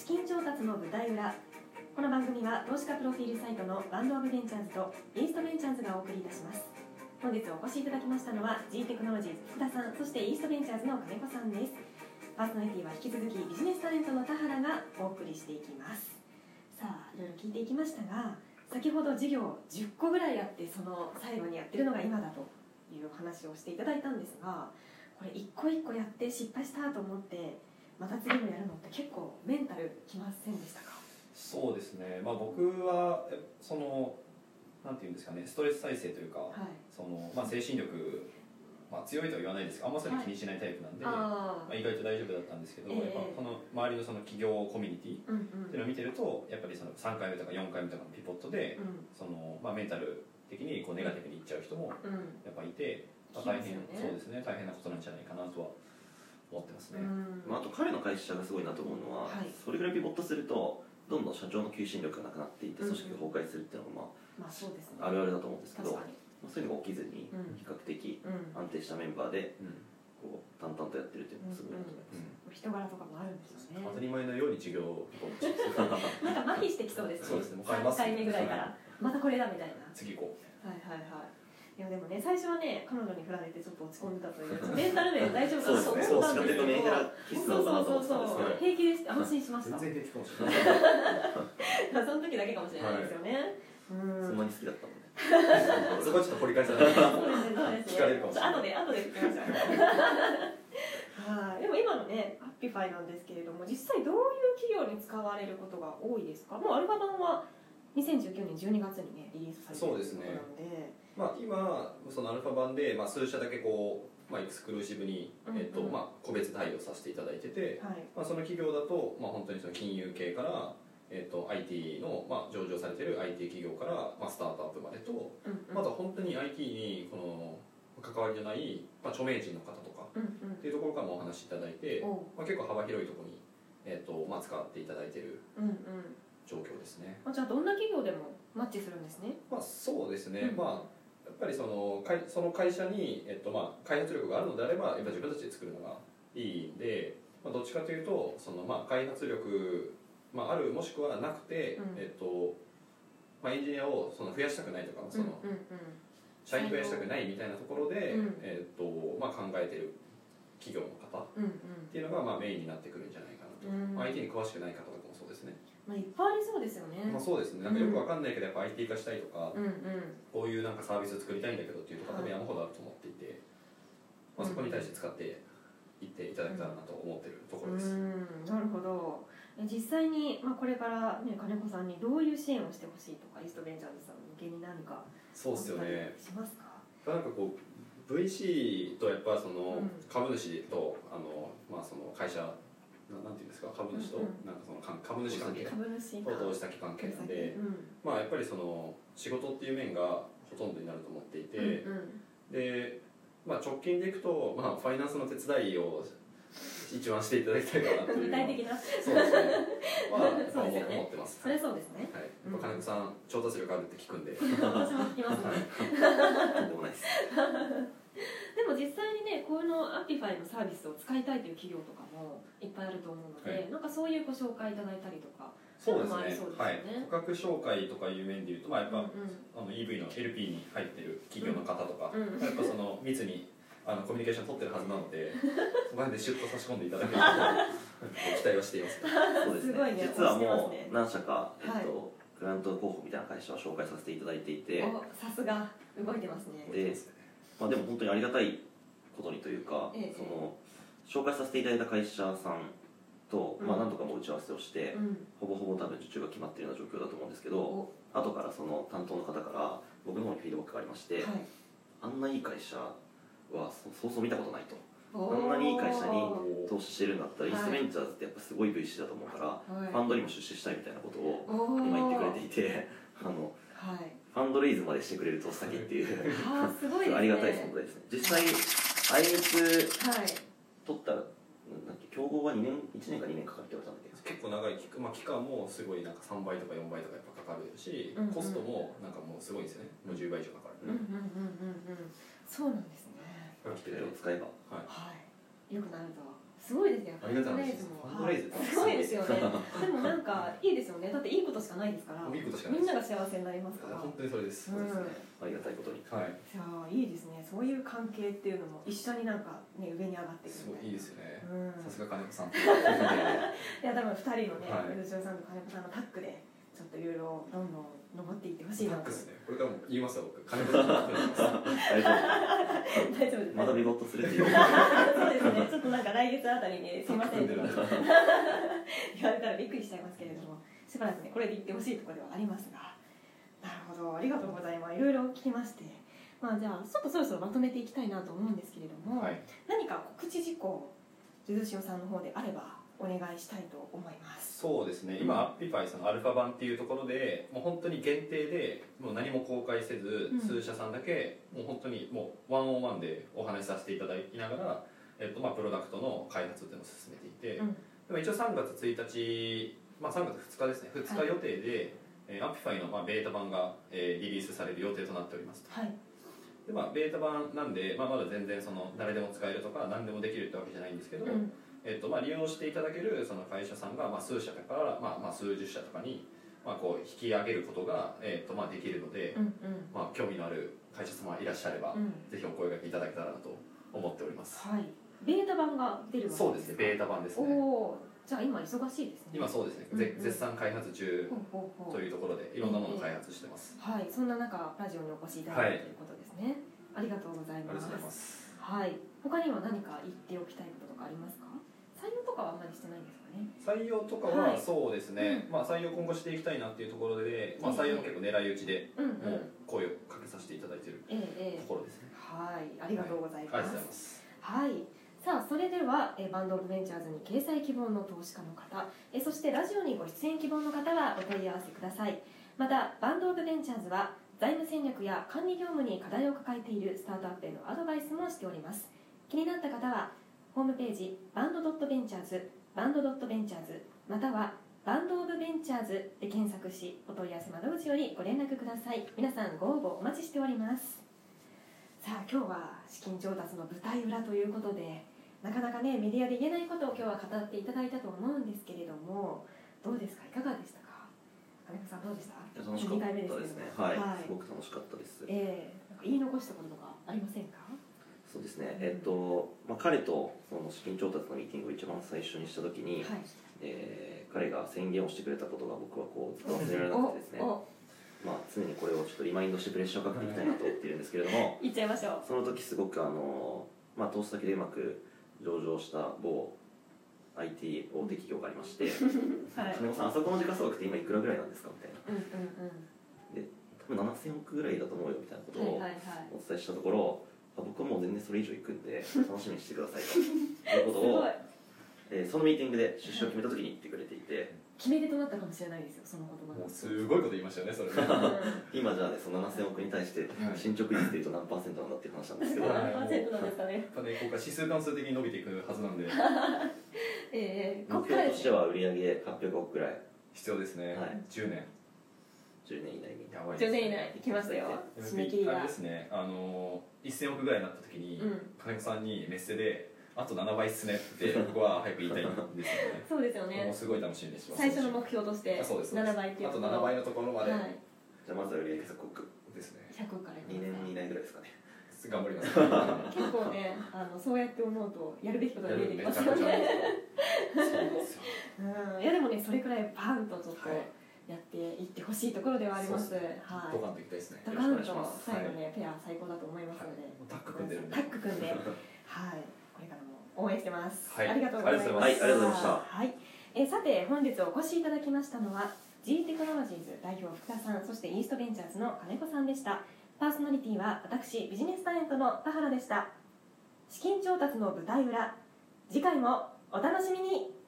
資金調達の舞台裏。この番組は投資家プロフィールサイトのランドオブベンチャーズとイーストベンチャーズがお送りいたします。本日お越しいただきましたのは G テクノロジーズ福田さん、そしてイーストベンチャーズの金子さんです。パーソナリティは引き続きビジネスタレントの田原がお送りしていきます。さあ、いろいろ聞いていきましたが、先ほど事業10個ぐらいあって、その最後にやってるのが今だという話をしていただいたんですが、これ一個一個やって失敗したと思ってまた次もやるのって結構メンタルきませんでしたか？ そうですね、僕はそのなんていうんですかね、ストレス耐性というか、 はい、 その精神力、強いとは言わないですけど、あんまそれ気にしないタイプなんで、意外と大丈夫だったんですけど、やっぱその周りのその企業コミュニティっていうのを見てると、やっぱりその3回目とか4回目とかのピボットで、そのメンタル的にこうネガティブにいっちゃう人もやっぱいて、大変、そうですね、大変なことなんじゃないかなとは思ってますね。 あと彼の会社がすごいなと思うのは、それぐらいピボットするとどんどん社長の求心力がなくなっていって組織が崩壊するっていうのがそうですね、 あるあるだと思うんですけど、そういうのが起きずに比較的安定したメンバーでこう淡々とやってるっていうのがすごいなと思います。 人柄とかもあるんですよね。 当たり前のように授業をなんか麻痺してきそうですね。 そうですね、 3回目ぐらいからまたこれだみたいな。 次行こう。 はいはいはい。いやでもね、最初はね、彼女に振られてちょっと落ち込んでたという、メンタル面大丈夫かなと思ったんですけど、そう平気ですって安心しました。 全然平気かもしれない。 その時だけかもしれないですよね。 そんなに好きだったもんね。 そこはちょっと掘り返さない。 そうですね、 聞かれるかもしれない。 後で聞きましょう。はい。でも今のね、アッピファイなんですけれども、実際どういう企業に使われることが多いですか？もうアルファ版は2019年12月にねリリースされているということなので。 今そのアルファ版で、数社だけこう、エクスクルーシブに、個別対応させていただいてて、その企業だと、本当にその金融系から、IT の、上場されている IT 企業から、スタートアップまでと、あとは本当に IT にこの関わりのない、著名人の方とかっていうところからもお話しいただいて、結構幅広いところに、使っていただいている状況ですね。 じゃあどんな企業でもマッチするんですね。 そうですね、やっぱりその会社に、開発力があるのであればやっぱ自分たちで作るのがいいんで、どっちかというとその、開発力、あるもしくはなくて、エンジニアをその増やしたくないとか、その社員増やしたくないみたいなところで、考えてる企業の方っていうのがメインになってくるんじゃないかなと。IT に詳しくない方とかもそうですね。 いっぱいありそうですよね。 そうですね。なんかよくわかんないけどやっぱ IT 化したいとか、こういうなんかサービスを作りたいんだけどっていうところ多分山ほどあると思っていて、そこに対して使っていっていただけたらなと思ってるところです。 なるほど。実際にこれからね、金子さんにどういう支援をしてほしいとか、イーストベンチャーズさん向けに何かそうですよね。 しますか？ なんかこう VC とやっぱその株主とその会社なんていうんですか、株主となんかその株主関係と投資先関係なんで、やっぱりその仕事っていう面がほとんどになると思っていて、で、直近でいくと、ファイナンスの手伝いを一番していただきたいかなという。 具体的な。 そうですね。思ってます。 それそうですね。 はい。金子さん調達力あるって聞くんで。 私も聞きますね。 とんでもないです。 でも実際にね、このアッピファイのサービスを使いたいという企業とかもいっぱいあると思うので、なんかそういうご紹介いただいたりとか、 そうですね。はい。顧客紹介とかいう面でいうと、やっぱEV の LP に入ってる企業の方とか、やっぱその密にコミュニケーション取ってるはずなので、その辺でシュッと差し込んでいただけると期待はしています。 そうですね。実はもう何社かクライアント候補みたいな会社を紹介させていただいていて、 さすが動いてますね。 でも本当にありがたいことにというか、その紹介させていただいた会社さんと、何とかも打ち合わせをして、ほぼほぼ多分受注が決まっているような状況だと思うんですけど、後からその担当の方から僕の方にフィードバックがありまして、あんないい会社はそうそう見たことないと。あんなにいい会社に投資してるんだったら、イーストベンチャーズってやっぱすごい VC だと思うから、ファンドにも出資したいみたいなことを今言ってくれていて、ファンドレイズまでしてくれる投資先っていうすごいですね。 ありがたい存在ですね。実際あいつ取ったら競合は1年か2年かかるって言われたんだけど、 結構長い期間もすごいなんか3倍とか4倍とかやっぱかかるし、コストもなんかもうすごいですね。もう10倍以上かかる。 そうなんですね。 これを使えばよくなるとすごいですね。 ありがたいです。ファンドレイズすごいですよね。 でもなんかいいですよね。だっていいことしかないですから。 いいことしかないみんなが幸せになりますから。 本当にそれです。 そうですね。ありがたいことに。 はい。 じゃあいいですね。そういう関係っていうのも一緒になんかね上に上がっていく。 すごいいいですよね。さすが金子さん。いや多分2人のね、 はい、 吉尾さんと金子さんのタッグでちょっといろいろどんどん登っていってほしいなと。 タッグですね。これからも言いますよ僕。金子さんのタッグです。 大丈夫です。 まだビボッとするっていう。 そうですね。ちょっとなんか来月あたりにすいませんって言われたらびっくりしちゃいますけれども、しばらくねこれで言ってほしいところではありますが。なるほど、ありがとうございます。いろいろ聞きまして、まあじゃあちょっとそろそろまとめていきたいなと思うんですけれども、はい、何か告知事項、鈴潮さんの方であればお願いしたいと思います。 そうですね。今、アッピファイそのアルファ版っていうところで、もう本当に限定でもう何も公開せず、数社さんだけもう本当にもうワンオンワンでお話しさせていただきながら、まあプロダクトの開発っていうのを進めていて、でも一応3月1日、まあ3月2日ですね。2日予定で。アッピファイのベータ版がリリースされる予定となっておりますと、はい、でベータ版なんで、まだ全然その誰でも使えるとか何でもできるってわけじゃないんですけど、利用していただけるその会社さんが数社から、数十社とかにこう引き上げることが、できるので、興味のある会社様いらっしゃれば、ぜひお声掛けいただけたらなと思っております、はい、 ベータ版が出るわけですか？ そうですね、ベータ版ですね。 じゃあ今忙しいですね。 今そうですね、絶賛開発中というところでいろんなものを開発してます、 はい、そんな中ラジオにお越しいただいたということですね、ありがとうございます。 ありがとうございます。 はい、他には何か言っておきたいこととかありますか？採用とかはあんまりしてないんですかね？ 採用とかはそうですね、採用今後していきたいなっていうところで、採用も結構狙い撃ちでもう声をかけさせていただいているところですね。 はい、ありがとうございます。 ありがとうございます。 はい。さあそれではバンドオブベンチャーズに掲載希望の投資家の方、そしてラジオにご出演希望の方はお問い合わせください。またバンドオブベンチャーズは財務戦略や管理業務に課題を抱えているスタートアップへのアドバイスもしております。気になった方はホームページバンドドットベンチャーズバンドドットベンチャーズまたはバンドオブベンチャーズで検索しお問い合わせ窓口よりご連絡ください。皆さんご応募お待ちしております。さあ今日は資金調達の舞台裏ということで、なかなかねメディアで言えないことを今日は語っていただいたと思うんですけれども、どうですか、いかがでしたか？金子さんどうでした？ 楽しかったですね。はい、すごく楽しかったです。 なんか言い残したこととかありませんか？ そうですね。彼とその資金調達のミーティングを一番最初にした時に、彼が宣言をしてくれたことが僕はこうずっと忘れられなくてですね。常にこれをちょっとリマインドしてプレッシャーをかけていきたいなと思っているんですけれども、 いっちゃいましょう。 その時すごく投資先でうまく上場した某 IT 大手企業がありまして、金子さん、あそこの時価総額って今いくらぐらいなんですかみたいな、で多分7000億ぐらいだと思うよみたいなことをお伝えしたところ、僕はもう全然それ以上いくんで楽しみにしてくださいということをそのミーティングで出資を決めた時に言ってくれていて、 決め手となったかもしれないですよ、その言葉が。 もうすごいこと言いましたよね、それ今じゃあね、その7000億に対して進捗率でいうと何%なんだっていう話なんですけど、 何%なんですかね。 ここから指数関数的に伸びていくはずなんで目標としては売上800億ぐらい必要ですね、10年以内に。 10年以内に来ましたよ、締め切りが。 あれですね、1000億ぐらいになった時に、金子さんにメッセであと7倍っすねって僕は早く言いたいんですよね。 そうですよね。 もうすごい楽しみにしてます。 最初の目標として7倍っていうあと7倍のところまで。 じゃあまずは売上100億ですね。 100億から 2年以内ぐらいですかね。 頑張ります。 結構ね、そうやって思うとやるべきことが見えてきますよね。そうなんですよ。いやでもね、それくらいパンとちょっとやっていってほしいところではあります。はい。 ドカンといきたいですね。 ドカンと最後ね、ペア最高だと思いますので。 タッグ組んでるんで。 タッグ組んで、はい。これからも応援してます。 はい、 ありがとうございます。 はい、ありがとうございました。 はい。さて本日お越しいただきましたのは G テクノロジーズ代表福田さん、そしてイーストベンチャーズの金子さんでした。パーソナリティは私ビジネスタレントの田原でした。資金調達の舞台裏、次回もお楽しみに。